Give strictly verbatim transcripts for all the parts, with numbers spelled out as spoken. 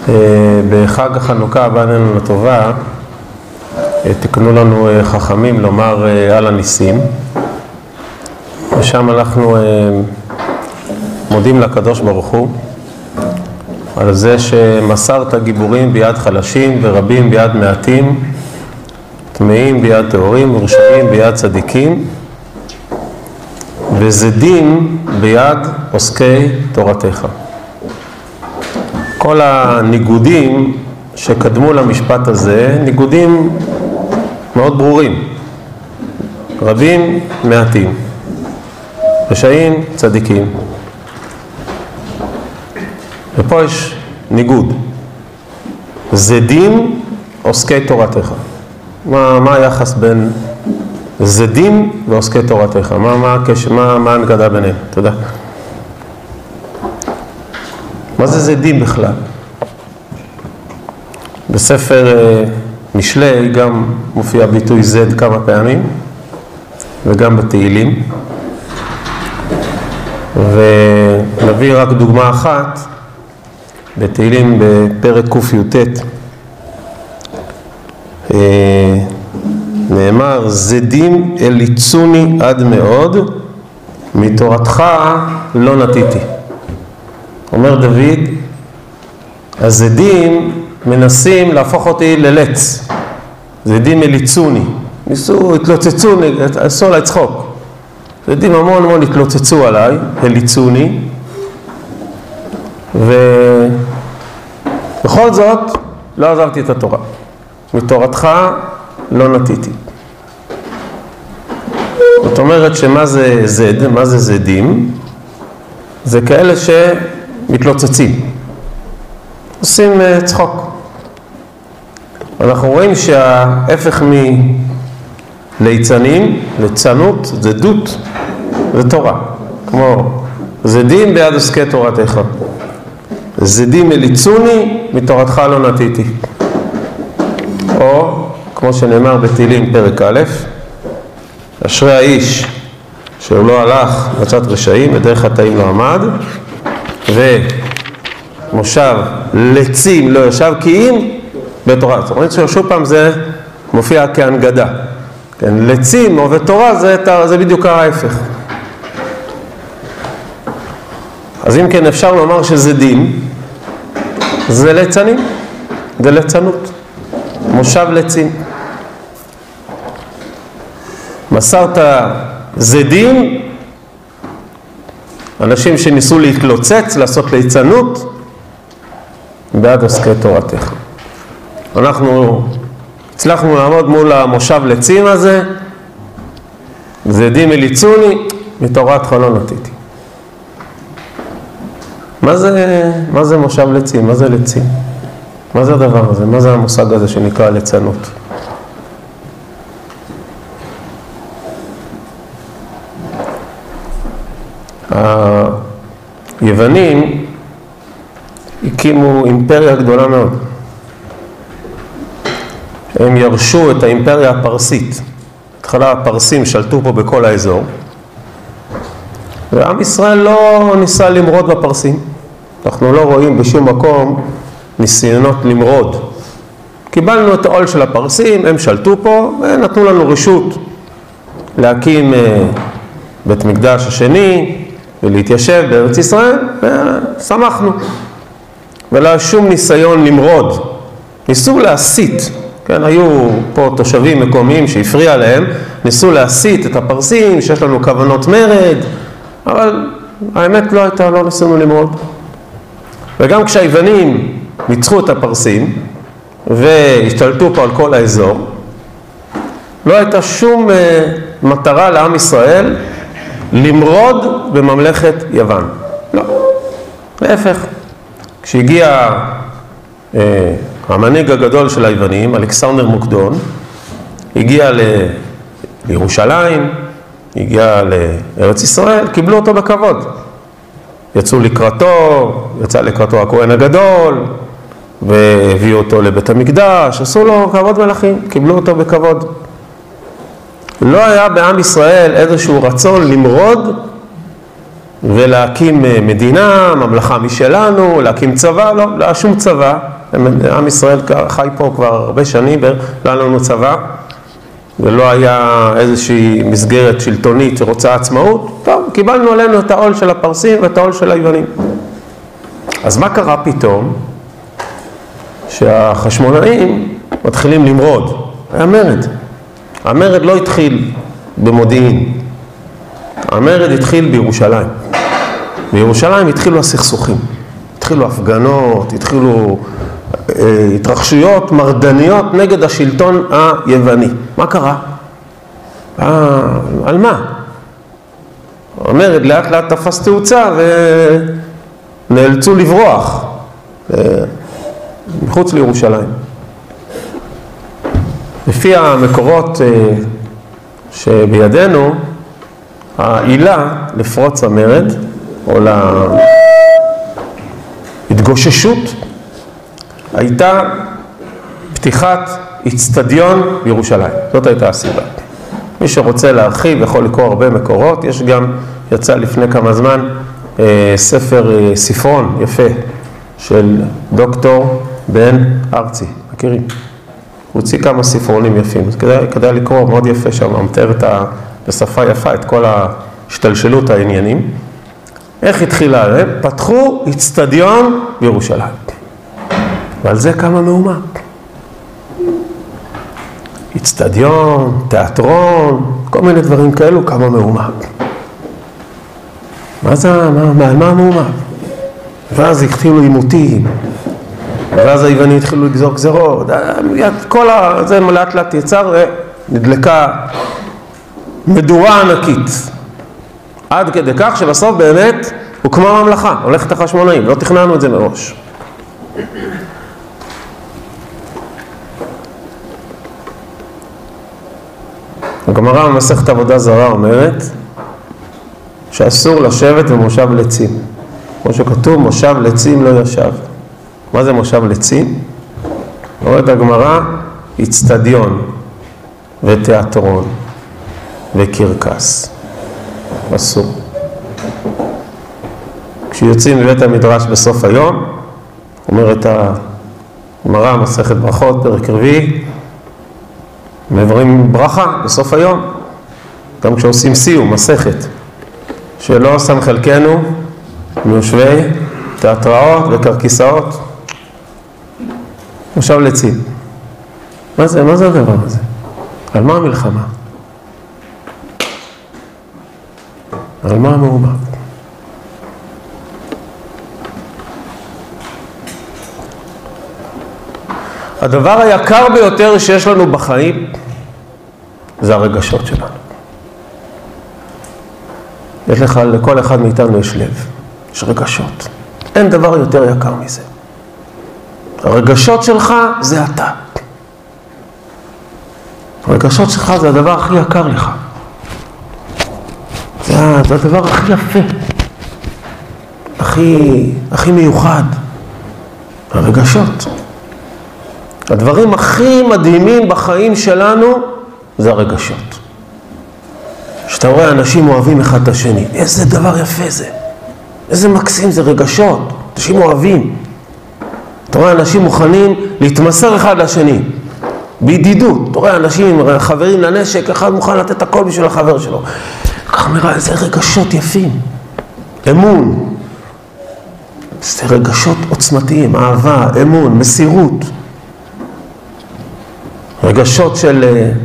בחג החנוכה הבא עלינו לטובה, תקנו לנו חכמים לומר על הניסים, ושם אנחנו מודים לקדוש ברוך הוא על זה שמסרת גיבורים ביד חלשים ורבים ביד מעטים, טמאים ביד טהורים ורשעים ביד צדיקים, וזדים ביד עוסקי תורתך. כל הניגודים שקדמו למשפט הזה, ניגודים מאוד ברורים. רבים, מעטים. רשעים, צדיקים. ופה יש ניגוד. זדים, עוסקי תורתך. מה, מה היחס בין זדים ועוסקי תורתך? מה, מה, מה, מה הנגדה ביניהם? תודה. מה זה זדים בכלל? בספר משלי גם מופיע ביטוי זד כמה פעמים, וגם בתהילים. ונביא רק דוגמה אחת, בתהילים בפרק קי"ט, נאמר, זדים אליצוני עד מאוד, מתורתך לא נטיתי. אומר דוד, הזדים מנסים להפוך אותי ללץ. זדים אליצוני. ניסו, התלוצצו, עשו עליי צחוק. זדים המון המון התלוצצו עליי, אליצוני. ובכל זאת, לא עזבתי את התורה. מתורתך לא נטיתי. זאת אומרת שמה זה זד, מה זה זדים? זה כאלה שמתלוצצים. עושים צחוק. אנחנו רואים שההפך מליצנים, ליצנות, זדות, זה תורה. כמו זדים ביד עוסקי תורתך. זדים אליצוני, מתורתך לא נטיתי. או, כמו שנאמר בתהילים פרק א', אשרי האיש שהוא לא הלך בצד רשעים, בדרך חטאים לא עמד, ומושב לצים לא ישב כי אם בתורה. זאת אומרת ששוב פעם זה מופיע כהנגדה. כן, לצים או בתורה זה, זה בדיוק ההפך. אז אם כן אפשר לומר שזדים זה ליצנים, זה ליצנות. מושב לצים. מסרת זדים, אנשים שניסו להתלוצץ, לעשות ליצנות, בעד עוסקי תורתך. אנחנו הצלחנו לעמוד מול המושב לצים הזה, זדים אליצוני, מתורתך לא נטיתי. מה זה, מה זה מושב לצים? מה זה לצים? מה זה הדבר הזה? מה זה המושג הזה שנקרא ליצנות? היוונים הקימו אימפריה גדולה מאוד. הם ירשו את האימפריה הפרסית. התחלה הפרסים שלטו פה בכל האזור. ועם ישראל לא ניסה למרוד בפרסים. אנחנו לא רואים בשום מקום ניסיונות למרוד. קיבלנו את העול של הפרסים, הם שלטו פה ונתנו לנו רשות להקים בית מקדש השני ולהתיישב בארץ ישראל, ושמחנו. ולא שום ניסיון למרוד. ניסו להסית. כן, היו פה תושבים מקומיים שהפריע להם, ניסו להסית את הפרסים, שיש לנו כוונות מרד, אבל האמת לא הייתה, לא ניסינו למרוד. וגם כשהיוונים ניצחו את הפרסים, והשתלטו פה על כל האזור, לא הייתה שום uh, מטרה לעם ישראל למרוד בממלכת יוון. לא. להפך. כשהגיע uh, המנהיג הגדול של היוונים, אלכסנדר מוקדון, הגיע ל... לירושלים, הגיע לארץ ישראל, קיבלו אותו בכבוד. יצאו לקראתו, יצא לקראתו הכהן הגדול, והביאו אותו לבית המקדש, עשו לו כבוד מלכים, קיבלו אותו בכבוד. לא היה בעם ישראל איזשהו רצון למרוד ולהקים מדינה, ממלכה משלנו, להקים צבא, לא, לא שום צבא. עם ישראל חי פה כבר הרבה שנים, לא היה לנו צבא, ולא היה איזושהי מסגרת שלטונית שרוצה עצמאות. טוב, קיבלנו עלינו את העול של הפרסים ואת העול של היוונים. אז מה קרה פתאום? שהחשמונאים מתחילים למרוד. היה מרד. המרד לא התחיל במודיעין. המרד התחיל בירושלים. בירושלים התחילו הסכסוכים. התחילו הפגנות, התחילו אה, התרחשויות מרדניות נגד השלטון היווני. מה קרה? אה, על מה? המרד לאט לאט תפס תאוצה ונאלצו לברוח אה, מחוץ לירושלים. לפי המקורות אה, שבידינו, העילה לפרוץ המרד או להתגוששות הייתה פתיחת אצטדיון בירושלים. זאת הייתה הסיבה. מי שרוצה להרחיב יכול לקרוא הרבה מקורות. יש גם, יצא לפני כמה זמן, אה, ספר אה, ספרון יפה של דוקטור בן ארצי. מכירים? הוא הוציא כמה ספרונים יפים. אז כדאי, כדאי לקרוא, מאוד יפה שם, מתאר את ה... בשפה יפה את כל השתלשלות העניינים. איך התחילה עליהם? פתחו אצטדיון בירושלים. ועל זה כמה מהומה. אצטדיון, תיאטרון, כל מיני דברים כאלו, כמה מהומה. מה זה, מה, מה, מה המהומה? ואז התחילו עימותים, ואז היוונים התחילו לגזור גזרות, כל ה... זה לאט לאט יצר ונדלקה מדורה ענקית. עד כדי כך שבסוף באמת הוקמה ממלכה, הולכת החשמונאים, לא תכננו את זה מראש. הגמרא במסכת עבודה זרה אומרת שאסור לשבת במושב לצים. כמו שכתוב, מושב לצים לא ישב. מה זה מושב לצים? אומרת הגמרא, אצטדיון ותיאטרון וקרקס. אסור. כשיוצאים מבית המדרש בסוף היום, אומרת הגמרא, מסכת ברכות, פרק רביעי, מעברים ברכה בסוף היום, גם כשעושים סיום, מסכת, שלא שם חלקנו מיושבי תיאטראות וקרקיסאות, מושב לצים. מה זה, מה זה הדבר הזה? על מה המלחמה? על מה המהומה? הדבר היקר ביותר שיש לנו בחיים זה הרגשות שלנו. יש לך, לכל אחד מאיתנו יש לב, יש רגשות. אין דבר יותר יקר מזה. הרגשות שלך זה אתה. הרגשות שלך זה הדבר הכי יקר לך. זה, זה הדבר הכי יפה, הכי, הכי מיוחד. הרגשות. הדברים הכי מדהימים בחיים שלנו זה הרגשות. שאתה רואה אנשים אוהבים אחד את השני, איזה דבר יפה זה, איזה מקסים זה רגשות, אנשים אוהבים. אתה רואה אנשים מוכנים להתמסר אחד לשני, בידידות. אתה רואה אנשים, חברים לנשק, אחד מוכן לתת הכל בשביל החבר שלו. כך מראה, איזה רגשות יפים. אמון. זה רגשות עוצמתיים, אהבה, אמון, מסירות. רגשות של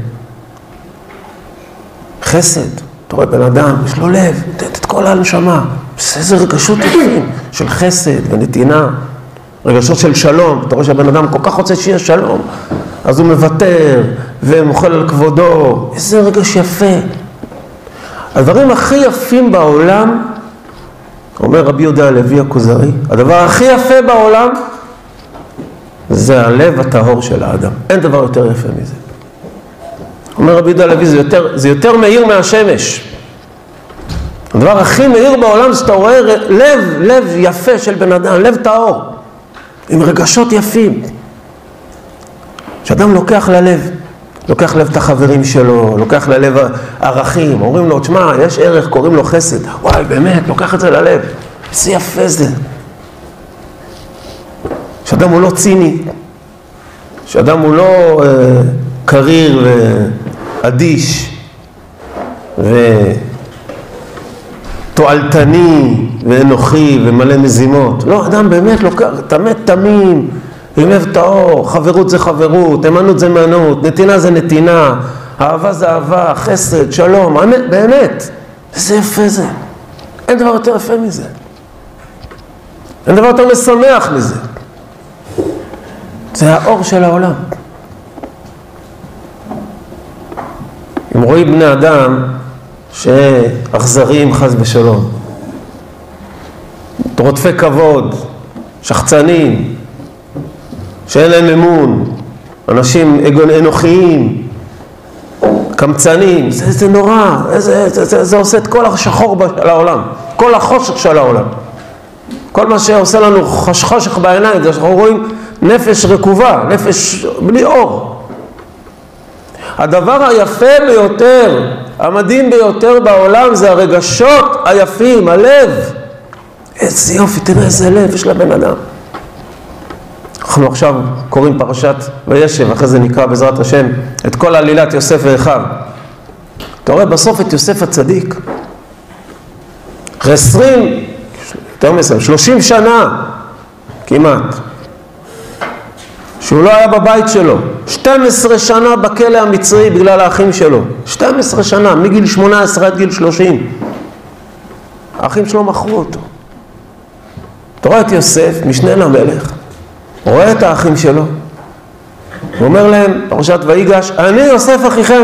חסד. אתה רואה בן אדם, יש לו לב, נותן את כל הנשמה. איזה רגשות יפים של חסד ונתינה. רגשות של שלום. אתה רואה שהבן אדם כל כך רוצה שיהיה שלום, אז הוא מוותר ומוחל על כבודו. איזה רגש יפה. הדברים הכי יפים בעולם, אומר רבי יהודה הלוי הכוזרי, הדבר הכי יפה בעולם זה הלב הטהור של האדם. אין דבר יותר יפה מזה. אומר רבי יהודה הלוי, זה יותר, זה יותר מאיר מהשמש. הדבר הכי מאיר בעולם זה שאתה רואה לב, לב יפה של בן אדם, לב טהור, עם רגשות יפים. שאדם לוקח ללב, לוקח לב את החברים שלו, לוקח ללב ערכים, אומרים לו, תשמע, יש ערך, קוראים לו חסד. וואי, באמת, לוקח את זה ללב. איזה יפה זה. שאדם הוא לא ציני, שאדם הוא לא אה, קריר ואדיש ותועלתני ואנוכי ומלא מזימות. לא, אדם באמת לוקח, תמת תמים, עם לב טהור, חברות זה חברות, אמנות זה אמנות, נתינה זה נתינה, אהבה זה אהבה, חסד, שלום, אמת, באמת. איזה יפה זה. אין דבר יותר יפה מזה. אין דבר יותר משמח מזה. זה האור של העולם. אם רואים בני אדם שאכזריים חס בשלום, רודפי כבוד, שחצנים, שאין להם אמון, אנשים אנוכיים, קמצנים, זה, זה נורא, זה, זה, זה, זה עושה את כל השחור של העולם, כל החושך של העולם. כל מה שעושה לנו חשך בעיניים, זה שאנחנו רואים נפש רקובה, נפש בלי אור. הדבר היפה ביותר, המדהים ביותר בעולם, זה הרגשות היפים, הלב. איזה יופי, תראה איזה לב יש לבן אדם. אנחנו עכשיו קוראים פרשת וישב, אחרי זה נקרא בעזרת השם את כל עלילת יוסף ואחיו. אתה רואה בסוף את יוסף הצדיק. אחרי עשרים, יותר מסוים, שלושים שנה כמעט, שהוא לא היה בבית שלו, שתים עשרה שנה בכלא המצרי בגלל האחים שלו, שתים עשרה שנה, מגיל שמונה עשרה עד גיל שלושים. האחים שלו מכרו אותו. אתה רואה את יוסף, משנה למלך, רואה את האחים שלו, הוא אומר להם, פרשת ויגש, אני יוסף אחיכם.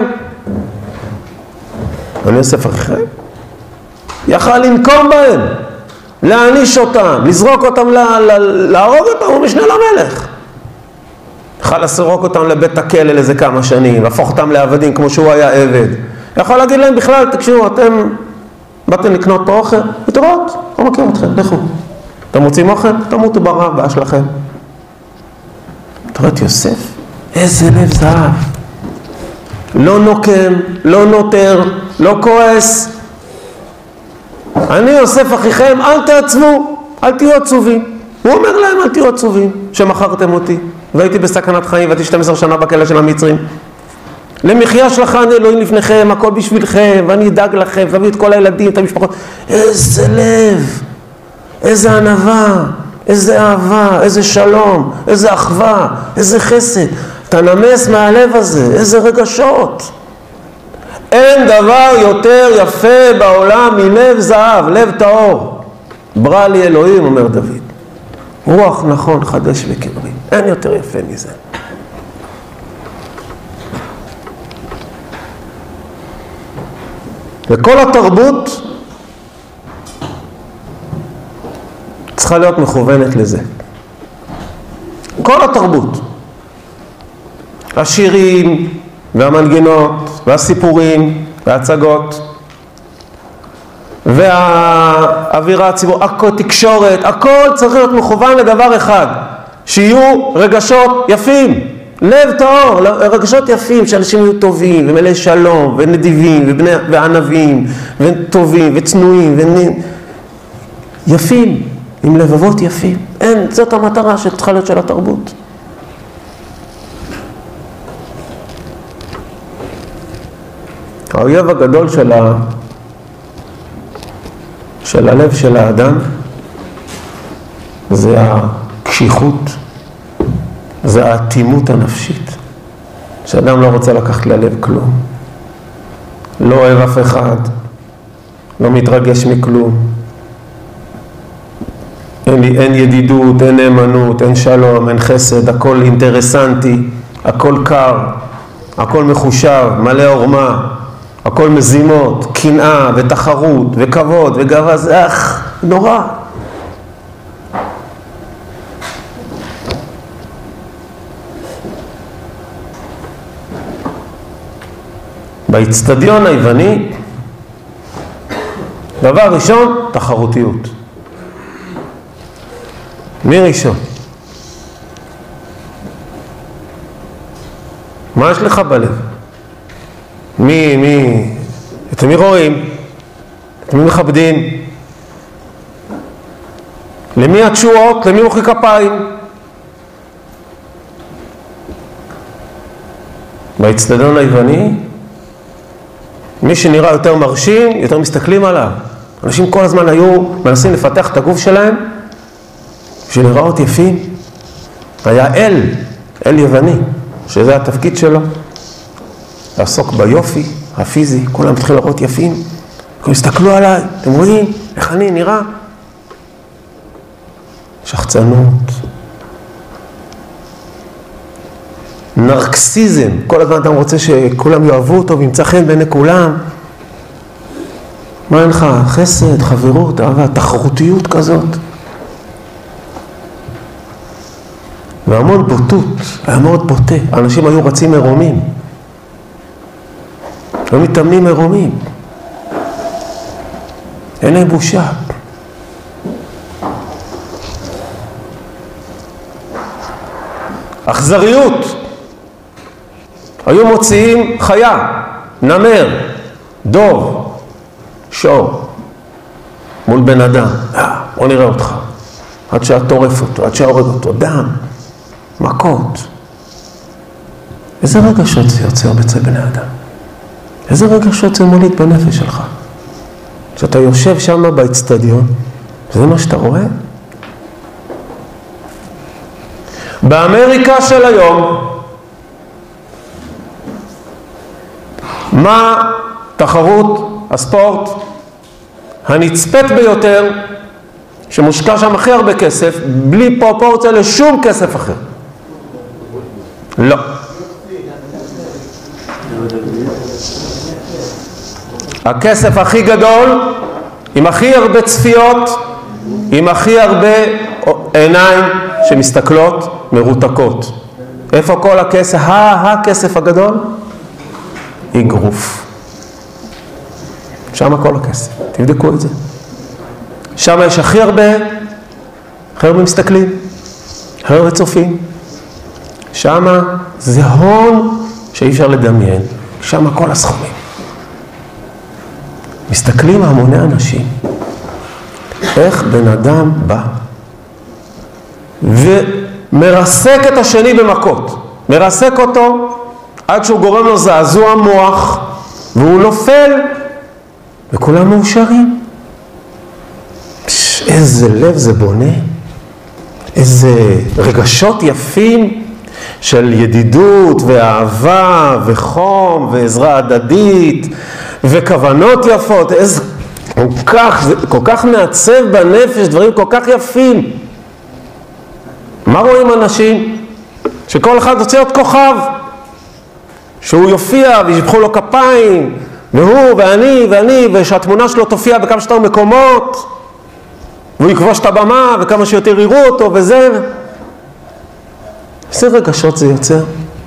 אני יוסף אחיכם? יכל לנקום בהם, להעניש אותם, לזרוק אותם, להרוג אותם, הוא משנה למלך. יכל לסרוק אותם לבית הכלא לזה כמה שנים, להפוך אותם לעבדים כמו שהוא היה עבד. יכול להגיד להם בכלל, תקשיבו, אתם באתם לקנות פה אוכל, ותראות, לא מכיר אתכם, לכו. אתם רוצים אוכל? תמותו ברעב, בעיה שלכם. אתה רואה את יוסף? איזה לב זהב. לא נוקם, לא נותר, לא כועס. אני יוסף אחיכם, אל תעצבו, אל תהיו עצובים. הוא אומר להם, אל תהיו עצובים, שמכרתם אותי, והייתי בסכנת חיים, והייתי שתים עשרה שנה בכלא של המצרים. למחיה שלכם אלוהים לפניכם, הכל בשבילכם, ואני אדאג לכם, ואביא את כל הילדים, את המשפחות. איזה לב, איזה ענווה, איזה אהבה, איזה שלום, איזה אחווה, איזה חסד. אתה נמס מהלב הזה, איזה רגשות. אין דבר יותר יפה בעולם מלב זהב, לב טהור. ברא לי אלוהים, אומר דוד. רוח נכון, חדש וקברי. אין יותר יפה מזה. וכל התרבות צריכה להיות מכוונת לזה. כל התרבות. השירים והמנגינות והסיפורים וההצגות והאווירה הציבור, הכל תקשורת, הכל צריך להיות מכוון לדבר אחד, שיהיו רגשות יפים, לב טהור, רגשות יפים, שאנשים יהיו טובים ומלא שלום ונדיבים ובני, וענבים וטובים וצנועים ונ... יפים, עם לבבות יפים. אין, זאת המטרה שצריכה להיות של התרבות. האויב הגדול של, ה... של הלב של האדם זה הקשיחות, זה האטימות הנפשית, שאדם לא רוצה לקחת ללב כלום, לא אוהב אף אחד, לא מתרגש מכלום, אין, אין ידידות, אין נאמנות, אין שלום, אין חסד, הכל אינטרסנטי, הכל קר, הכל מחושב, מלא עורמה, הכל מזימות, קנאה ותחרות וכבוד וגאווה, זה אך נורא. באצטדיון היווני, דבר ראשון, תחרותיות. מי ראשון? מה יש לך בלב? מי, מי, את מי רואים? את מי מכבדים? למי התשואות? למי מוחא כפיים? באצטדיון היווני, מי שנראה יותר מרשים, יותר מסתכלים עליו. אנשים כל הזמן היו מנסים לפתח את הגוף שלהם בשביל לראות יפים. היה אל, אל יווני, שזה התפקיד שלו, לעסוק ביופי הפיזי. כולם התחילו לראות יפים, כולם הסתכלו עליי, אתם רואים איך אני נראה? שחצנות, נרקסיזם, כל הזמן אתה רוצה שכולם יאהבו אותו וימצא חן בעיני כולם. מה אין לך? חסד, חברות, אהבה, תחרותיות כזאת. והמון בוטות, היה מאוד בוטה. האנשים היו רצים מרומים. לא מתאמנים מרומים. אין להם בושה. אכזריות. היו מוציאים חיה, נמר, דוב, שור, מול בן אדם. אה, בוא נראה אותך. עד שהטורף אותו, עד שההורג אותו, דם, מכות. איזה רגשות זה יוצר בצל בני אדם? איזה רגשות זה מוליד בנפש שלך? כשאתה יושב שם באצטדיון, זה מה שאתה רואה? באמריקה של היום, מה תחרות הספורט הנצפת ביותר, שמושקע שם הכי הרבה כסף, בלי פרופורציה לשום כסף אחר? לא. הכסף הכי גדול, עם הכי הרבה צפיות, עם הכי הרבה עיניים שמסתכלות מרותקות. איפה כל הכסף? הכסף הגדול? אגרוף. שם כל הכסף. תבדקו את זה. שם יש הכי הרבה, הכי הרבה מסתכלים, הכי הרבה צופים. שם זה הון שאי אפשר לדמיין. שם כל הסכומים. מסתכלים המוני אנשים. איך בן אדם בא ומרסק את השני במכות. מרסק אותו עד שהוא גורם לו זעזוע מוח, והוא נופל, וכולם מאושרים. איזה לב זה בונה, איזה רגשות יפים של ידידות ואהבה וחום ועזרה הדדית וכוונות יפות. איזה כל כך, כל כך מעצב בנפש, דברים כל כך יפים. מה רואים אנשים? שכל אחד רוצה להיות כוכב, שהוא יופיע וישפכו לו כפיים, והוא ואני ואני, ושהתמונה שלו תופיע בכמה שיותר מקומות, והוא יכבוש את הבמה וכמה שיותר יראו אותו וזה. איזה רגשות זה יוצר?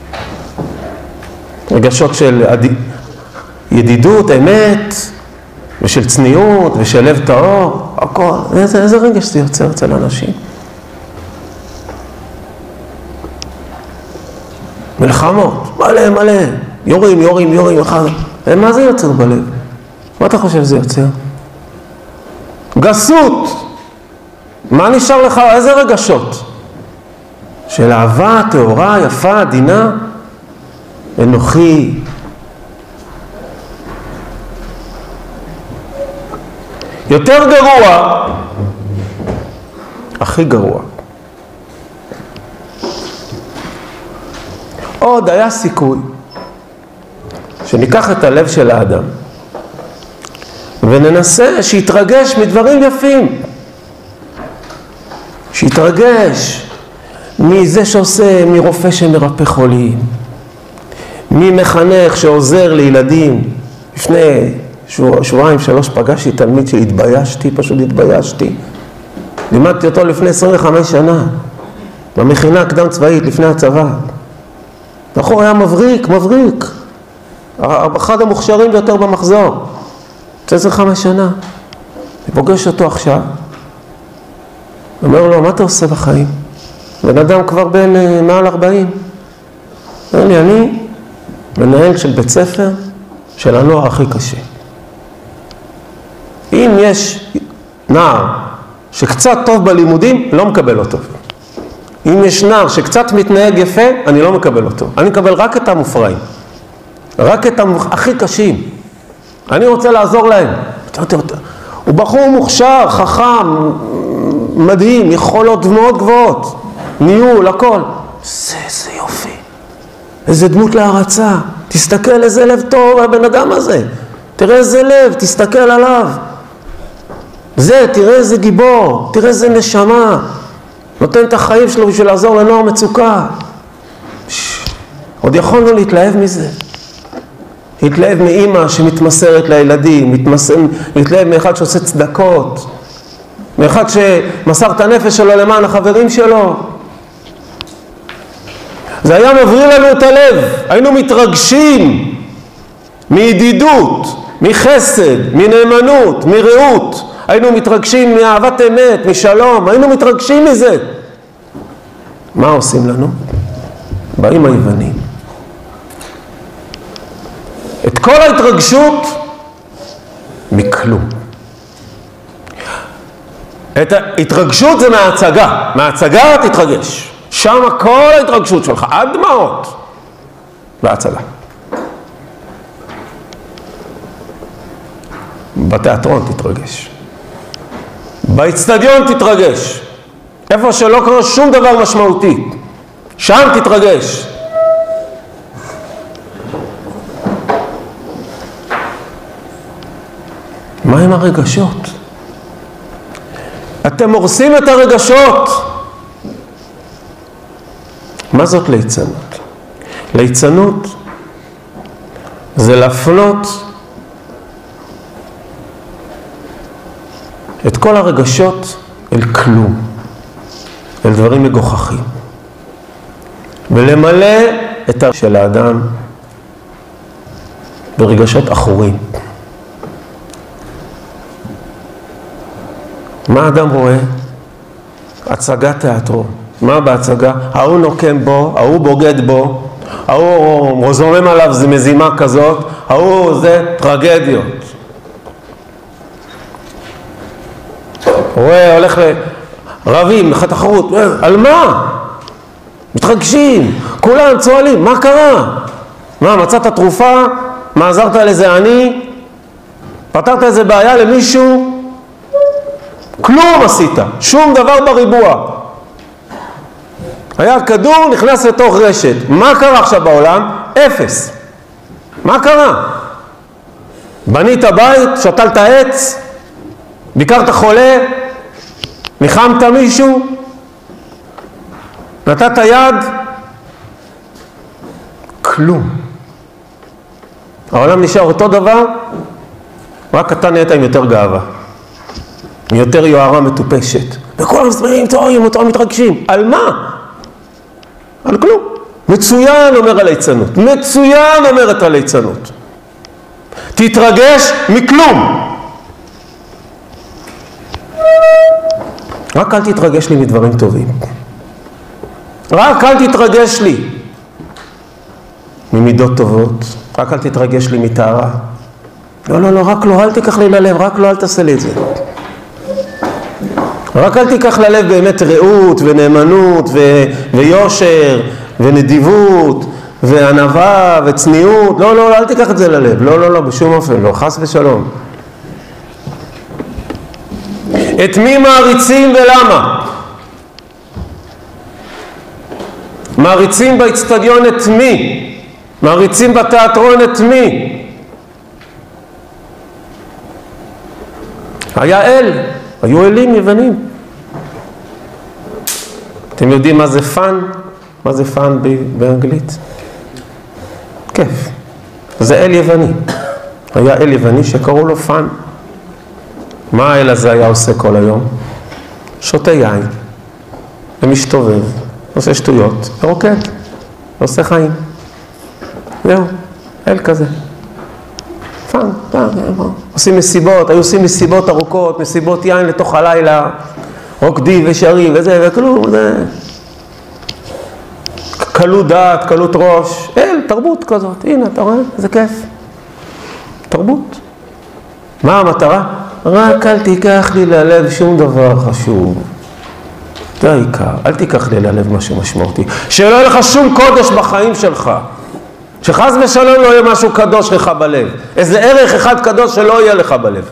רגשות של ידידות, אמת, ושל צניעות, ושל לב טהור, הכל. איזה, איזה רגש זה יוצר אצל אנשים? מלחמות, מלא מלא, יורים, יורים, יורים, אחד. מה זה יוצר בלב? מה אתה חושב זה יוצר? גסות. מה נשאר לך? איזה רגשות? של אהבה, תאורה, יפה, עדינה, אנוכי. יותר גרוע, הכי גרוע. עוד היה סיכוי שניקח את הלב של האדם וננסה שיתרגש מדברים יפים, שיתרגש מזה שעושה, מרופא שמרפא חולים, ממחנך שעוזר לילדים. לפני שבוע, שבועיים שלוש פגשתי תלמיד שהתביישתי, פשוט התביישתי. לימדתי אותו לפני עשרים וחמש שנה, במכינה הקדם צבאית לפני הצבא. נכון, היה מבריק, מבריק. אחד המוכשרים ביותר במחזור. עשרים וחמש שנה. אני פוגש אותו עכשיו. אומר לו, מה אתה עושה בחיים? בן אדם כבר בין מעל ארבעים. אומר לי, אני מנהל של בית ספר של הנוער הכי קשה. אם יש נער שקצת טוב בלימודים, לא מקבל אותו. אם יש נער שקצת מתנהג יפה, אני לא מקבל אותו. אני מקבל רק את המופרעים. רק את הכי קשים. אני רוצה לעזור להם. הוא בחור מוכשר, חכם, מדהים, יכולות מאוד גבוהות. ניהול, הכל. זה, זה יופי. איזה דמות להרצה. תסתכל איזה לב טוב הבן אדם הזה. תראה איזה לב, תסתכל עליו. זה, תראה איזה גיבור, תראה איזה נשמה. נותן את החיים שלו בשביל לעזור לנוער מצוקה. ש... עוד יכולנו להתלהב מזה. להתלהב מאמא שמתמסרת לילדים, מתמסר... להתלהב מאחד שעושה צדקות, מאחד שמסר את הנפש שלו למען החברים שלו. זה היה מבריא לנו את הלב, היינו מתרגשים מידידות, מחסד, מנאמנות, מרעות, היינו מתרגשים מאהבת אמת, משלום, היינו מתרגשים מזה. מה עושים לנו? באים היוונים. את כל ההתרגשות מכלום. את ההתרגשות זה מההצגה, מההצגה תתרגש. שם כל ההתרגשות שלך, עד דמעות, בהצגה. בתיאטרון תתרגש. באצטדיון תתרגש. איפה שלא קורה שום דבר משמעותי, שם תתרגש. מה עם הרגשות? אתם הורסים את הרגשות. מה זאת ליצנות? ליצנות זה להפנות את כל הרגשות אל כלום, אל דברים מגוחכים, ולמלא את הרגשות של האדם ברגשות אחורים. מה האדם רואה? הצגת תיאטרון. מה בהצגה? ההוא נוקם בו, ההוא בוגד בו, ההוא זורם עליו זה מזימה כזאת, ההוא זה טרגדיות. רואה, הולך לרבים, לחתחרות, על מה? מתרגשים, כולם צועלים, מה קרה? מה, מצאת תרופה? מה, עזרת לזה אני? פתרת איזה בעיה למישהו? כלום עשית, שום דבר בריבוע. היה כדור, נכנס לתוך רשת. מה קרה עכשיו בעולם? אפס. מה קרה? בנית בית, שתלת עץ, ביקרת חולה, ניחמת מישהו, נתת יד, כלום. העולם נשאר אותו דבר, רק אתה נהיית עם יותר גאווה, עם יותר יוהרה מטופשת. וכל המספרים צוערים אותו מתרגשים. על מה? על כלום. מצוין אומר הליצנות. מצוין אומרת הליצנות. תתרגש מכלום. רק אל תתרגש לי מדברים טובים. רק אל תתרגש לי ממידות טובות. רק אל תתרגש לי מטהרה. לא, לא, לא, רק לא, אל תיקח לי ללב, רק לא, אל תעשה לי את זה. רק אל תיקח ללב באמת רעות ונאמנות ו- ויושר ונדיבות וענווה וצניעות. לא, לא, לא, אל תיקח את זה ללב. לא, לא, לא, בשום אופן, לא, חס ושלום. את מי מעריצים ולמה? מעריצים באצטדיון את מי? מעריצים בתיאטרון את מי? היה אל, היו אלים יוונים. אתם יודעים מה זה פן? מה זה פן באנגלית? כיף. זה אל יווני. היה אל יווני שקראו לו פן. מה האל הזה היה עושה כל היום? שותה יין, ומשתובב, עושה שטויות, ורוקד, ועושה חיים. זהו, אל כזה. פן, פן, עושים מסיבות, היו עושים מסיבות ארוכות, מסיבות יין לתוך הלילה, רוקדים ושרים וזה וכלום, זה... קלות דעת, קלות ראש, אל, תרבות כזאת, הנה, אתה רואה? זה כיף. תרבות. מה המטרה? רק אל תיקח לי ללב שום דבר חשוב. זה העיקר, אל תיקח לי ללב משהו משמעותי. שלא יהיה לך שום קודש בחיים שלך. שחס ושלום לא יהיה משהו קדוש לך בלב. איזה ערך אחד קדוש שלא יהיה לך בלב.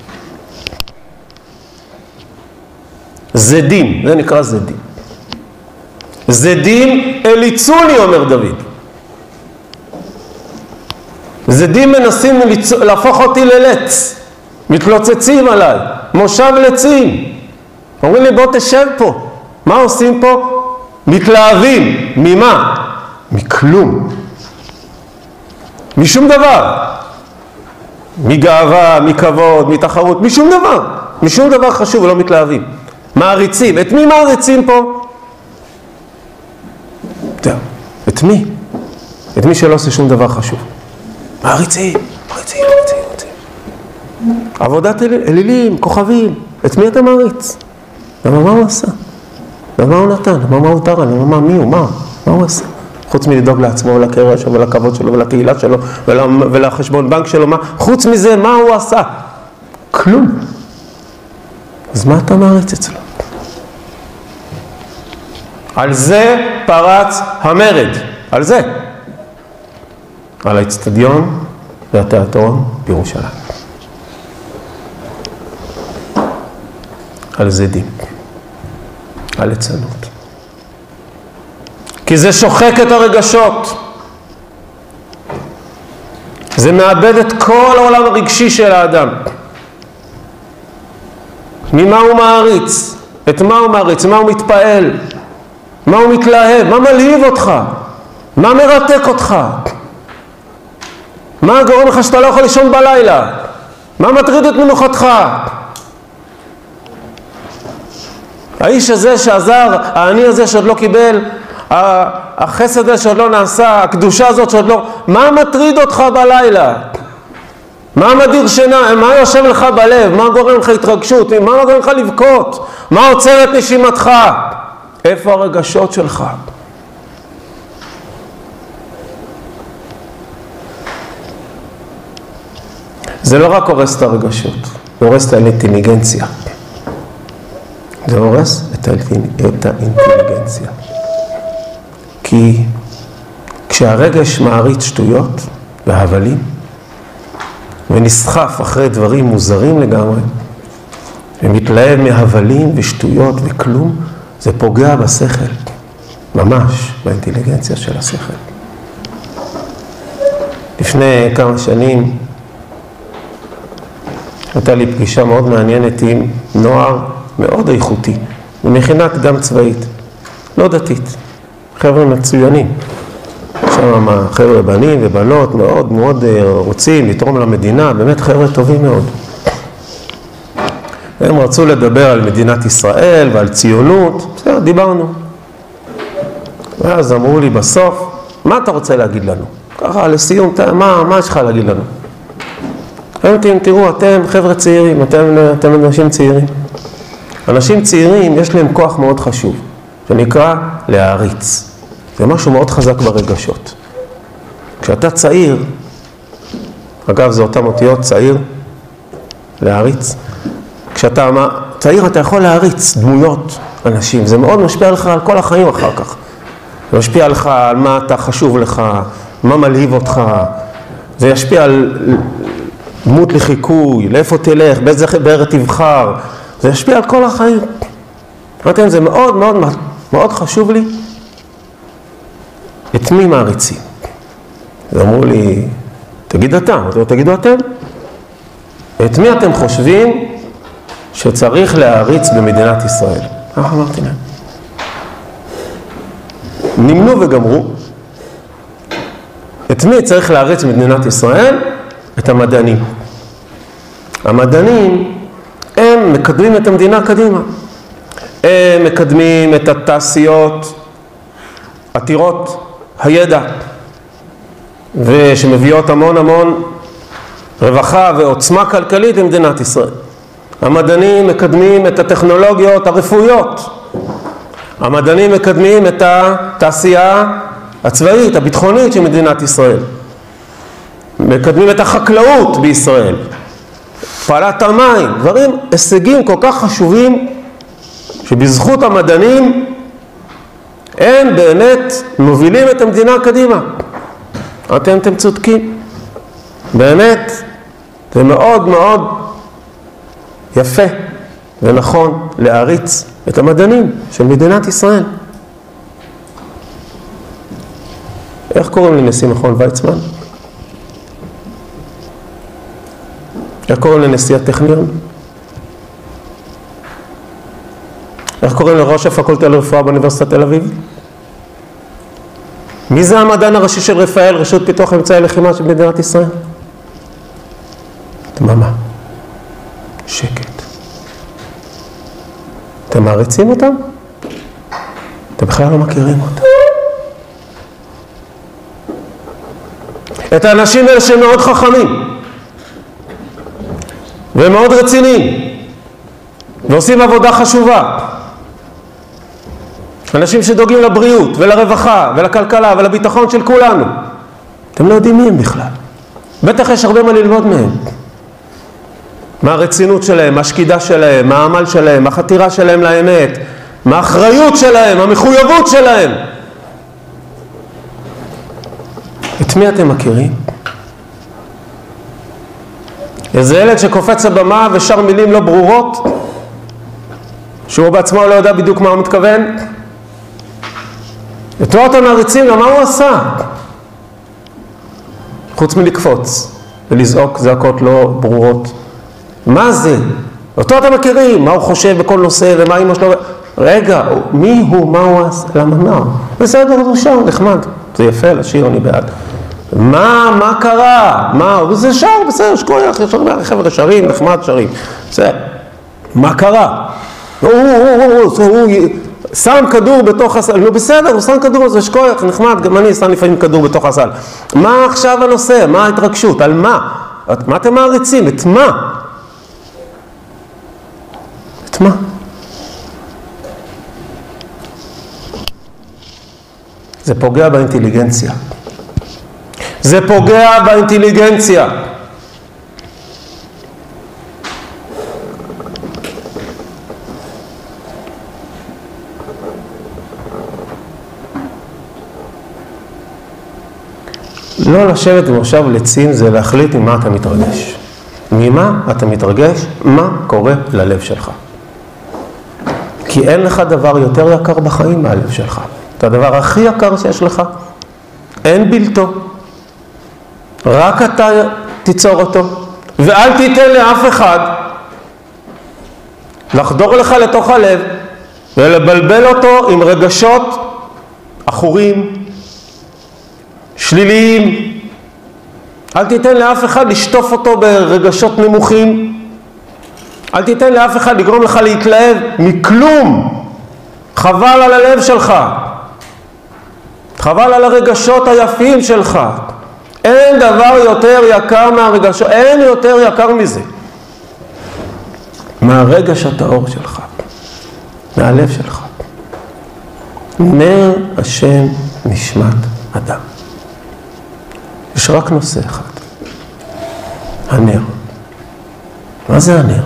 זדים, זה נקרא זדים. זדים אליצוני, אומר דוד. זדים מנסים להפוך אותי ללץ. מתלוצצים עליי. מושב לצים. אומרים לי בוא תשב פה. מה עושים פה? מתלהבים. ממה? מכלום. משום דבר. מגאווה, מכבוד, מתחרות, משום דבר. משום דבר חשוב ולא מתלהבים. מעריצים. את מי מעריצים פה? את מי? את מי שלא עושה שום דבר חשוב. מעריצים, מעריצים, מעריצים, מעריצים. עבודת אל... אלילים, כוכבים. את מי אתה מעריץ? למה מה הוא עשה? למה הוא נתן? למה מה הוא תרם? למה מה, מי הוא? מה? מה הוא עשה? חוץ מלדאוג לעצמו ולקריירה שלו ולכבוד שלו ולקהילה שלו ול... ולחשבון בנק שלו, מה? חוץ מזה, מה הוא עשה? כלום. אז מה אתה מעריץ אצלו? על זה פרץ המרד. על זה. על האצטדיון והתיאטרון בירושלים. על זדים. על ליצנות. כי זה שוחק את הרגשות. זה מאבד את כל העולם הרגשי של האדם. ממה הוא מעריץ? את מה הוא מעריץ? מה הוא מתפעל? מה הוא מתלהב? מה מלהיב אותך? מה מרתק אותך? מה גורם לך שאתה לא יכול לישון בלילה? מה מטריד את מנוחתך? האיש הזה שעזר, העני הזה שעוד לא קיבל, החסד הזה שעוד לא נעשה, הקדושה הזאת שעוד לא... מה מטריד אותך בלילה? מה מדיר שינה? מה יושב לך בלב? מה גורם לך התרגשות? מה גורם לך לבכות? מה עוצר את נשימתך? איפה הרגשות שלך? זה לא רק הורס את הרגשות, זה הורס את האינטליגנציה. זה הורס את האינטליגנציה. כי כשהרגש מעריץ שטויות והבלים, ונסחף אחרי דברים מוזרים לגמרי, ומתלהב מהבלים ושטויות וכלום, זה פוגע בשכל, ממש באינטליגנציה של השכל. לפני כמה שנים הייתה לי פגישה מאוד מעניינת עם נוער מאוד איכותי, במכינה קדם צבאית, לא דתית, חבר'ה מצוינים. שם חבר'ה בנים ובנות מאוד מאוד רוצים לתרום למדינה, באמת חבר'ה טובים מאוד. הם רצו לדבר על מדינת ישראל ועל ציונות, בסדר, דיברנו. ואז אמרו לי בסוף, מה אתה רוצה להגיד לנו? ככה, לסיום, מה, מה יש לך להגיד לנו? אמרתי, תראו, אתם חבר'ה צעירים, אתם, אתם אנשים צעירים. אנשים צעירים יש להם כוח מאוד חשוב, שנקרא להעריץ. זה משהו מאוד חזק ברגשות. כשאתה צעיר, אגב, זה אותם אותיות צעיר, להעריץ. כשאתה צעיר אתה יכול להריץ דמויות אנשים, זה מאוד משפיע לך על כל החיים אחר כך. זה משפיע לך על מה אתה חשוב לך, מה מלהיב אותך, זה ישפיע על דמות לחיקוי, לאיפה תלך, באיזה בער תבחר, זה ישפיע על כל החיים. אמרתם, זה מאוד מאוד מאוד חשוב לי. את מי מעריצים? ואמרו לי, תגיד אתה, תגידו אתם. את מי אתם חושבים שצריך להעריץ במדינת ישראל? איך אמרתי להם? נמנו וגמרו. את מי צריך להעריץ במדינת ישראל? את המדענים. המדענים, הם מקדמים את המדינה קדימה. הם מקדמים את התעשיות עתירות הידע, ושמביאות המון המון רווחה ועוצמה כלכלית למדינת ישראל. המדענים מקדמים את הטכנולוגיות הרפואיות. המדענים מקדמים את התעשייה הצבאית, הביטחונית של מדינת ישראל. מקדמים את החקלאות בישראל, פעלת המים, דברים, הישגים כל כך חשובים, שבזכות המדענים הם באמת מובילים את המדינה קדימה. אתם אתם צודקים. באמת, זה מאוד מאוד יפה ונכון להעריץ את המדענים של מדינת ישראל. איך קוראים לנשיא מכון ויצמן? איך קוראים לנשיא הטכניון? איך קוראים לראש הפקולטה לרפואה באוניברסיטת תל אביב? מי זה המדען הראשי של רפאל, רשות פיתוח אמצעי לחימה של מדינת ישראל? דממה. שקט. אתם מעריצים אותם? אתם בכלל לא מכירים אותם. את האנשים האלה שהם מאוד חכמים ומאוד רציניים ועושים עבודה חשובה. אנשים שדואגים לבריאות ולרווחה ולכלכלה ולביטחון של כולנו. אתם לא יודעים מי הם בכלל. בטח יש הרבה מה ללמוד מהם. מה הרצינות שלהם, מה השקידה שלהם, מה העמל שלהם, מה החתירה שלהם לאמת, מה האחריות שלהם, המחויבות שלהם. את מי אתם מכירים? איזה ילד שקופץ לבמה ושר מילים לא ברורות, שהוא בעצמו לא יודע בדיוק מה הוא מתכוון. את אותם מעריצים, מה הוא עשה? חוץ מלקפוץ ולזעוק זעקות לא ברורות. מה זה? אותו אתם מכירים, מה הוא חושב בכל נושא ומה אמא שלו. רגע, מי הוא, מה הוא עשה? למה מה? בסדר, הוא שר, נחמד. זה יפה, לשיר, אני בעד. מה, מה קרה? מה? זה שר, בסדר, שכוייך, יש הרבה חבר'ה שרים, נחמד שרים. בסדר. מה קרה? הוא, הוא, הוא, הוא, הוא, שם כדור בתוך הסל. לא בסדר, הוא שם כדור, זה שכוייך, נחמד, גם אני שם לפעמים כדור בתוך הסל. מה עכשיו הנושא? מה ההתרגשות? על מה? מה אתם מעריצים? את מה? את מה? זה פוגע באינטליגנציה. זה פוגע באינטליגנציה. לא לשבת במושב לצין זה להחליט ממה אתה מתרגש. ממה אתה מתרגש? מה קורה ללב שלך? כי אין לך דבר יותר יקר בחיים מהלב שלך. את הדבר הכי יקר שיש לך, אין בלתו. רק אתה תיצור אותו. ואל תיתן לאף אחד לחדור לך לתוך הלב ולבלבל אותו עם רגשות אחורים, שליליים. אל תיתן לאף אחד לשטוף אותו ברגשות נמוכים. אל תיתן לאף אחד לגרום לך להתלהב מכלום. חבל על הלב שלך. חבל על הרגשות היפים שלך. אין דבר יותר יקר מהרגשות, אין יותר יקר מזה. מהרגש הטהור שלך. מהלב שלך. נר השם נשמת אדם. יש רק נושא אחד. הנר. מה זה הנר?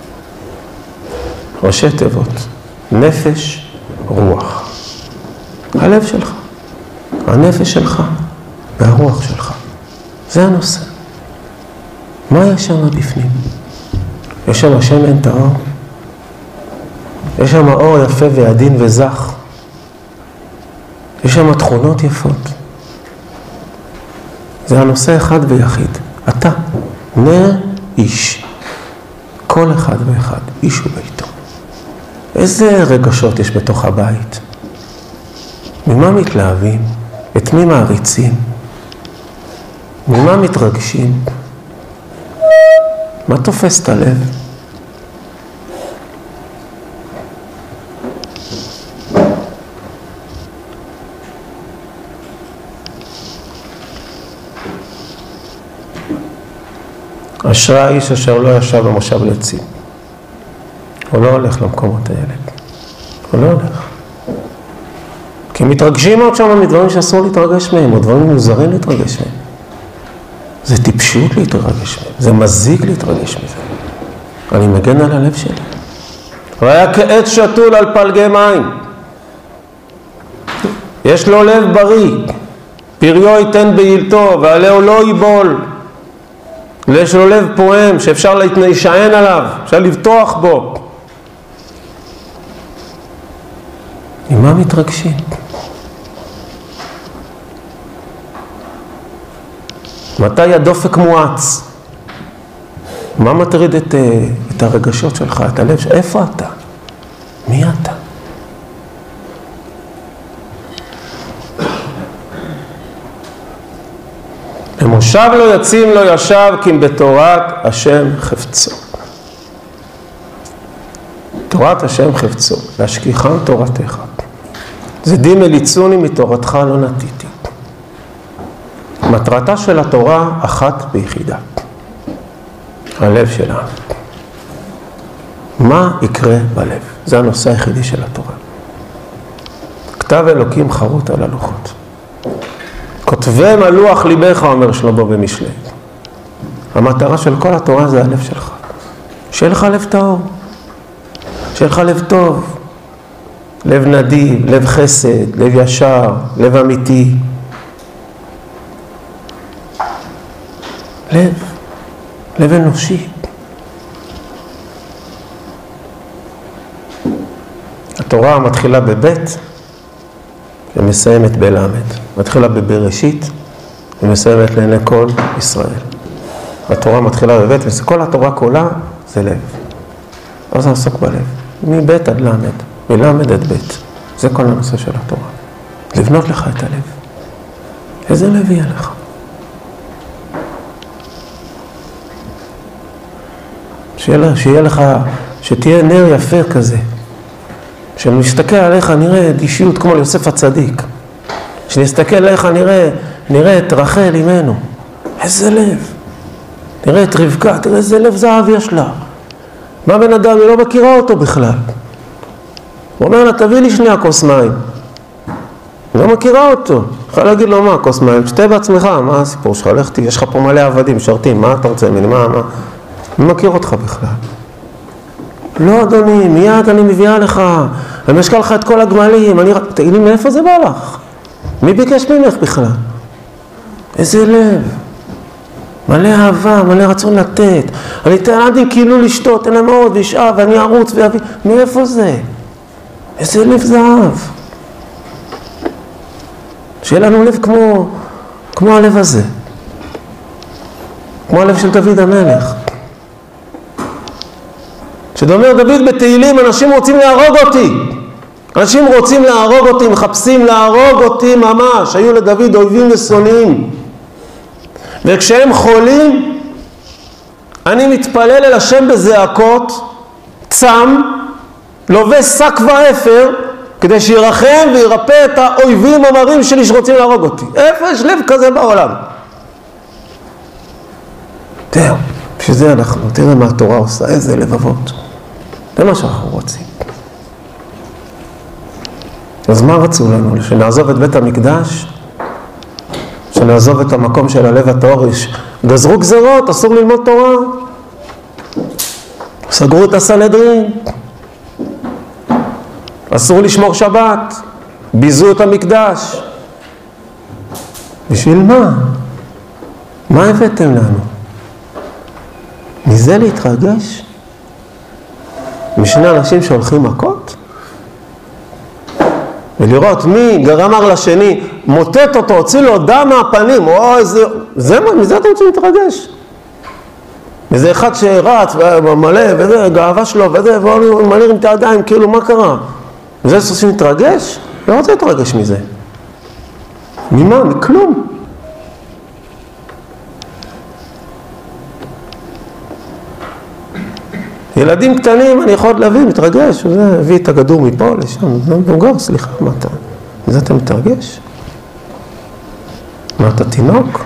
ראשי תיבות. נפש, רוח. הלב שלך. הנפש שלך והרוח שלך. זה הנושא. מה יש שם בפנים? יש שם שמן טהור. יש שם אור יפה ועדין וזך. יש שם תכונות יפות. זה הנושא אחד ויחיד. אתה, נר איש. כל אחד ואחד, איש וביתו. איזה רגשות יש בתוך הבית? ממה מתלהבים? את מי מעריצים? ממה מתרגשים? מה תופס את הלב? אשרי האיש אשר לא ישב במושב לצין. הוא לא הולך למקומות האלה. הוא לא הולך. כי מתרגשים עוד שם מדברים שאסור להתרגש מהם, או דברים מוזרים להתרגש מהם. זה טיפשות להתרגש מזה, זה מזיק להתרגש מזה. אני מגן על הלב שלי. והיה כעת שתול על פלגי מים. יש לו לב בריא, פריו ייתן בעילתו, ועליהו לא ייבול. ויש לו לב פועם שאפשר להישען עליו, אפשר לבטוח בו. ממה מתרגשים? מתי הדופק מואץ? מה מטריד את, את הרגשות שלך, את הלב? איפה אתה? מי אתה? למושב לא יצים לא ישב, כי אם בתורת השם חפצו. תורת השם חפצו, להשכיחם תורתך. זה דין מליצוני מתורתך לא נתיתי. מטרתה של התורה אחת ביחידה. הלב שלנו. מה יקרה בלב? זה הנושא היחידי של התורה. כתב אלוקים חרוט על הלוחות. כותבם על לוח ליבך, אומר שלמה במשלי. המטרה של כל התורה זה הלב שלך. שיהיה לך לב טהור. שיהיה לך לב טוב. לב נדיב, לב חסד, לב ישר, לב אמיתי. לב, לב אנושי. התורה מתחילה בבית ומסיימת בלמד. מתחילה בבראשית ומסיימת לעיני כל ישראל. התורה מתחילה בבית וכל התורה כולה זה לב. אז זה עסוק בלב. מבית עד למד, מלמד עד בית. זה כל הנושא של התורה. לבנות לך את הלב. איזה לב יהיה לך? שיהיה, שיהיה לך, שתהיה נר יפה כזה. כשנסתכל עליך נראה אישיות כמו ליוסף הצדיק. כשנסתכל עליך נראה, נראה את רחל אימנו. איזה לב. נראה את רבקה, תראה איזה לב זהב יש לה. מה בן אדם, היא לא מכירה אותו בכלל. הוא אומר לה, תביא לי שני הכוס מים. היא לא מכירה אותו. יכול להגיד לו, מה, כוס מים? שתה בעצמך, מה הסיפור שלך? לכתי, יש לך פה מלא עבדים, משרתים, מה אתה רוצה ממני? מה, מה? אני מכיר אותך בכלל. לא, אדוני, מיד אני מביאה לך. אני משקע לך את כל הגמלים. אני... תגיד לי, מאיפה זה בא לך? מי ביקש ממך בכלל? איזה לב. מלא אהבה, מלא רצון לתת. אני אתן לי כאילו לשתות, אין להם עוד, וישאב, ואני ארוץ ואביא. מאיפה זה? איזה לב זהב. שיהיה לנו לב כמו, כמו הלב הזה. כמו הלב של דוד המלך. שדומה דוד בתהילים, אנשים רוצים להרוג אותי. אנשים רוצים להרוג אותי, מחפשים להרוג אותי ממש. היו לדוד אויבים ושונאים. וכשהם חולים, אני מתפלל אל השם בזעקות, צם, לובש שק ואפר, כדי שירחם וירפא את האויבים המרים שלי שרוצים להרוג אותי. איפה יש לב כזה בעולם? תראו, שזה אנחנו, תראה מה התורה עושה, איזה לבבות. זה מה שאנחנו רוצים. אז מה רצו לנו? שנעזוב את בית המקדש? שנעזוב את המקום של הלב הטהור? גזרו גזרות, אסור ללמוד תורה. סגרו את הסנהדרין. אסור לשמור שבת. ביזו את המקדש. בשביל מה? מה הבאתם לנו? מזה להתרגש? משני אנשים שהולכים מכות? ולראות מי גרם לשני, מוטט אותו, הוציא לו דם מהפנים, או איזה... זה מה, מזה אתם רוצים להתרגש? וזה אחד שרץ ומלא, וזה גאווה שלו, וזה, והוא מלא עם את הידיים, כאילו מה קרה? מזה רוצים להתרגש? לא רוצה להתרגש מזה. ממה? מכלום. ילדים קטנים, אני יכול להביא, מתרגש, וזה, הביא את הכדור מפה לשם, זה מבוגר, סליחה, מה אתה? מזה אתה מתרגש? מה אתה תינוק?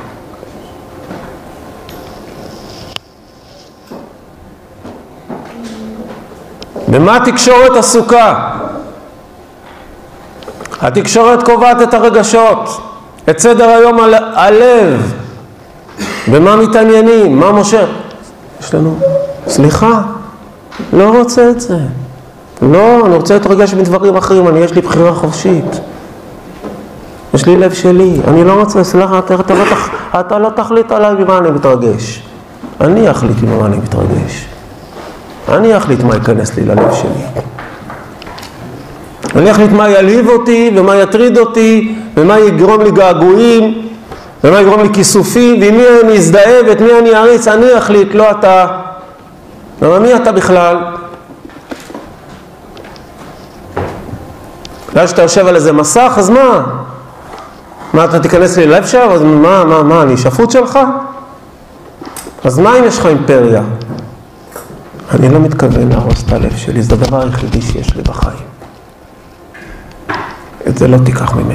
במה התקשורת עסוקה? התקשורת קובעת את הרגשות, את סדר היום על הלב. במה מתעניינים? מה משה? יש לנו, סליחה, לא רוצה את זה. לא, אני רוצה להתרגש מדברים אחרים, אני יש לי בחירה חופשית. יש לי לב שלי, אני לא רוצה, סליחה, אתה, אתה, לא, תח, אתה לא תחליט עליי ממה אני מתרגש. אני אחליט ממה אני מתרגש. אני אחליט מה ייכנס לי ללב שלי. אני אחליט מה ילהיב אותי ומה יטריד אותי ומה יגרום לי געגועים ומה יגרום לי כיסופים ועם מי אני אזדהה ואת מי אני אריץ. אני אחליט, לא אתה. אבל מי אתה בכלל? בגלל שאתה יושב על איזה מסך, אז מה? מה, אתה תיכנס לי ללב שם? אז מה, מה, מה, אני שפוט שלך? אז מה אם יש לך אימפריה? אני לא מתכוון להרוס את הלב שלי, זה הדבר היחידי שיש לי בחיים. את זה לא תיקח ממני.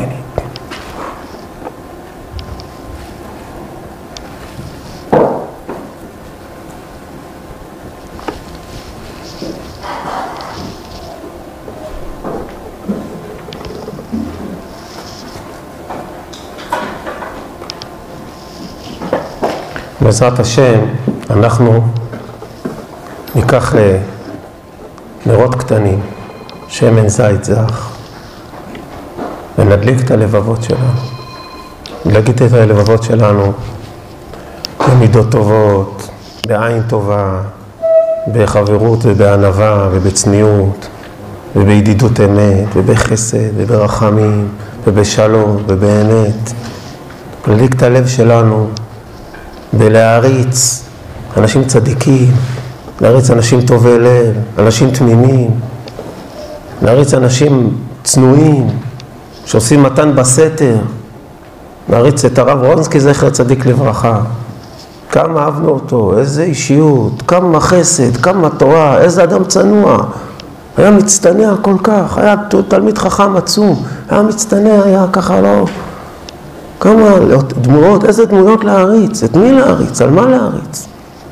בעזרת השם, אנחנו ניקח נרות קטנים, שמן זית זך, ונדליק את הלבבות שלנו. נדליק את הלבבות שלנו במידות טובות, בעין טובה, בחברות ובענווה ובצניעות, ובידידות אמת, ובחסד, וברחמים, ובשלום, ובאמת. נדליק את הלב שלנו בלהריץ אנשים צדיקים, להריץ אנשים טובי לב, אנשים תמימים, להריץ אנשים צנועים, שעושים מתן בסתר, להריץ את הרב רונסקי זכר צדיק לברכה. כמה אהבנו אותו, איזה אישיות, כמה חסד, כמה תורה, איזה אדם צנוע. היה מצטנע כל כך, היה תלמיד חכם עצום, היה מצטנע, היה ככה לא... כמה דמויות, איזה דמויות להריץ, את מי להריץ, על מה להריץ.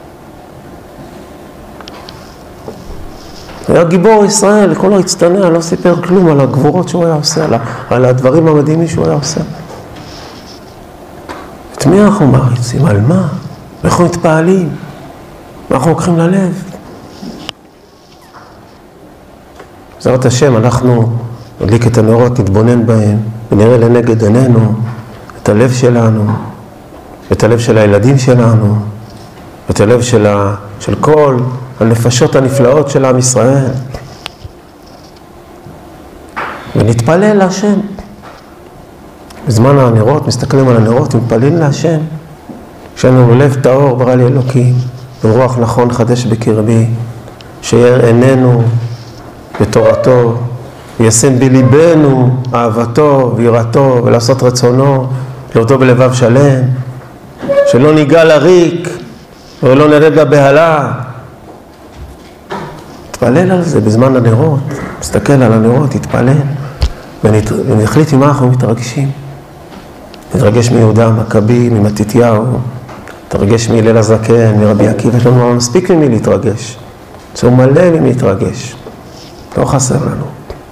היה גיבור ישראל, כל ההצטנע, לא סיפר כלום על הגבורות שהוא היה עושה, על, על הדברים המדהימים שהוא היה עושה. את מי אנחנו מעריצים, על מה? אנחנו מתפעלים, אנחנו לוקחים ללב. בעזרת השם, אנחנו נדליק את הנרות, נתבונן בהם, ונראה לנגד עינינו את הלב שלנו, את הלב של הילדים שלנו, את הלב של, ה, של כל הנפשות הנפלאות של עם ישראל. ונתפלל להשם. בזמן הנרות, מסתכלים על הנרות, מתפללים להשם. כשאנו לב טהור ברא לי אלוקים, ורוח נכון חדש בקרבי, שיהיה עינינו בתורתו, וישם בליבנו אהבתו ויראתו, ולעשות רצונו, לאותו בלבב שלם, שלא ניגע לריק, ולא נרד לבהלה. תתפלל על זה בזמן הנרות, תסתכל על הנרות, תתפלל, ונחליט עם מה אנחנו מתרגשים. נתרגש מיהודה המכבי, ממתתיהו, נתרגש מהלל הזקן, מרבי עקיבא, יש לנו מספיק ממי להתרגש. זה מלא ממי להתרגש, לא חסר לנו.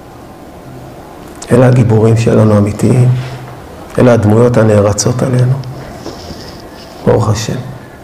אלה הגיבורים שלנו אמיתיים, אלה הדמויות הנערצות עלינו. ברוך השם.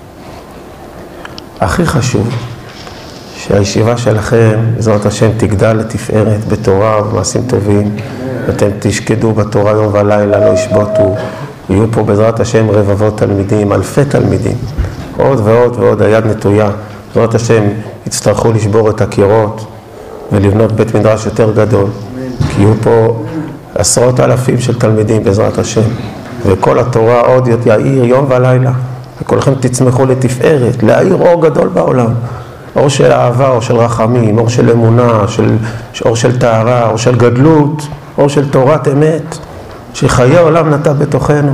הכי חשוב שהישיבה שלכם, בעזרת השם, תגדל לתפארת בתורה ובמעשים טובים, ואתם תשקדו בתורה יום ולילה, לא ישבותו, יהיו פה בעזרת השם רבבות תלמידים, אלפי תלמידים, עוד ועוד ועוד, היד נטויה. בעזרת השם יצטרכו לשבור את הקירות ולבנות בית מדרש יותר גדול, כי יהיו פה עשרות אלפים של תלמידים בעזרת השם, וכל התורה עוד יאיר יום ולילה, וכולכם תצמחו לתפארת, להאיר אור גדול בעולם, אור של אהבה, אור של רחמים, אור של אמונה, של, אור של טהרה, אור של גדלות, אור של תורת אמת, שחיי העולם נטע בתוכנו.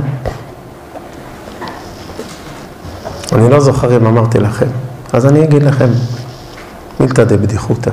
אני לא זוכר אם אמרתי לכם, אז אני אגיד לכם, מילתא דבדיחותא.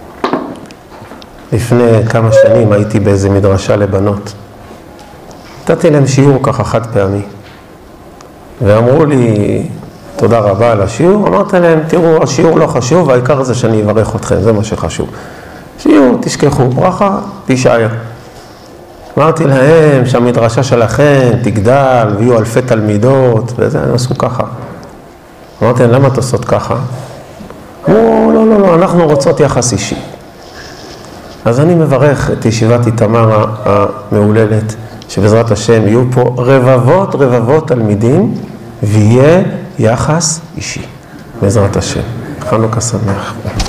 לפני כמה שנים הייתי באיזה מדרשה לבנות. נתתי להם שיעור ככה חד פעמי. ואמרו לי, תודה רבה על השיעור. אמרתי להם, תראו, השיעור לא חשוב, העיקר זה שאני אברך אתכם, זה מה שחשוב. שיעור, תשכחו, ברכה, תישאר. אמרתי להם שהמדרשה שלכם תגדל ויהיו אלפי תלמידות, וזה, הם עשו ככה. אמרתי להם, למה את עושות ככה? אמרו, לא, לא, לא, אנחנו רוצות יחס אישי. אז אני מברך את ישיבת איתמר המעוללת, שבעזרת השם יהיו פה רבבות רבבות תלמידים, ויהיה יחס אישי, בעזרת השם. חנוכה שמח.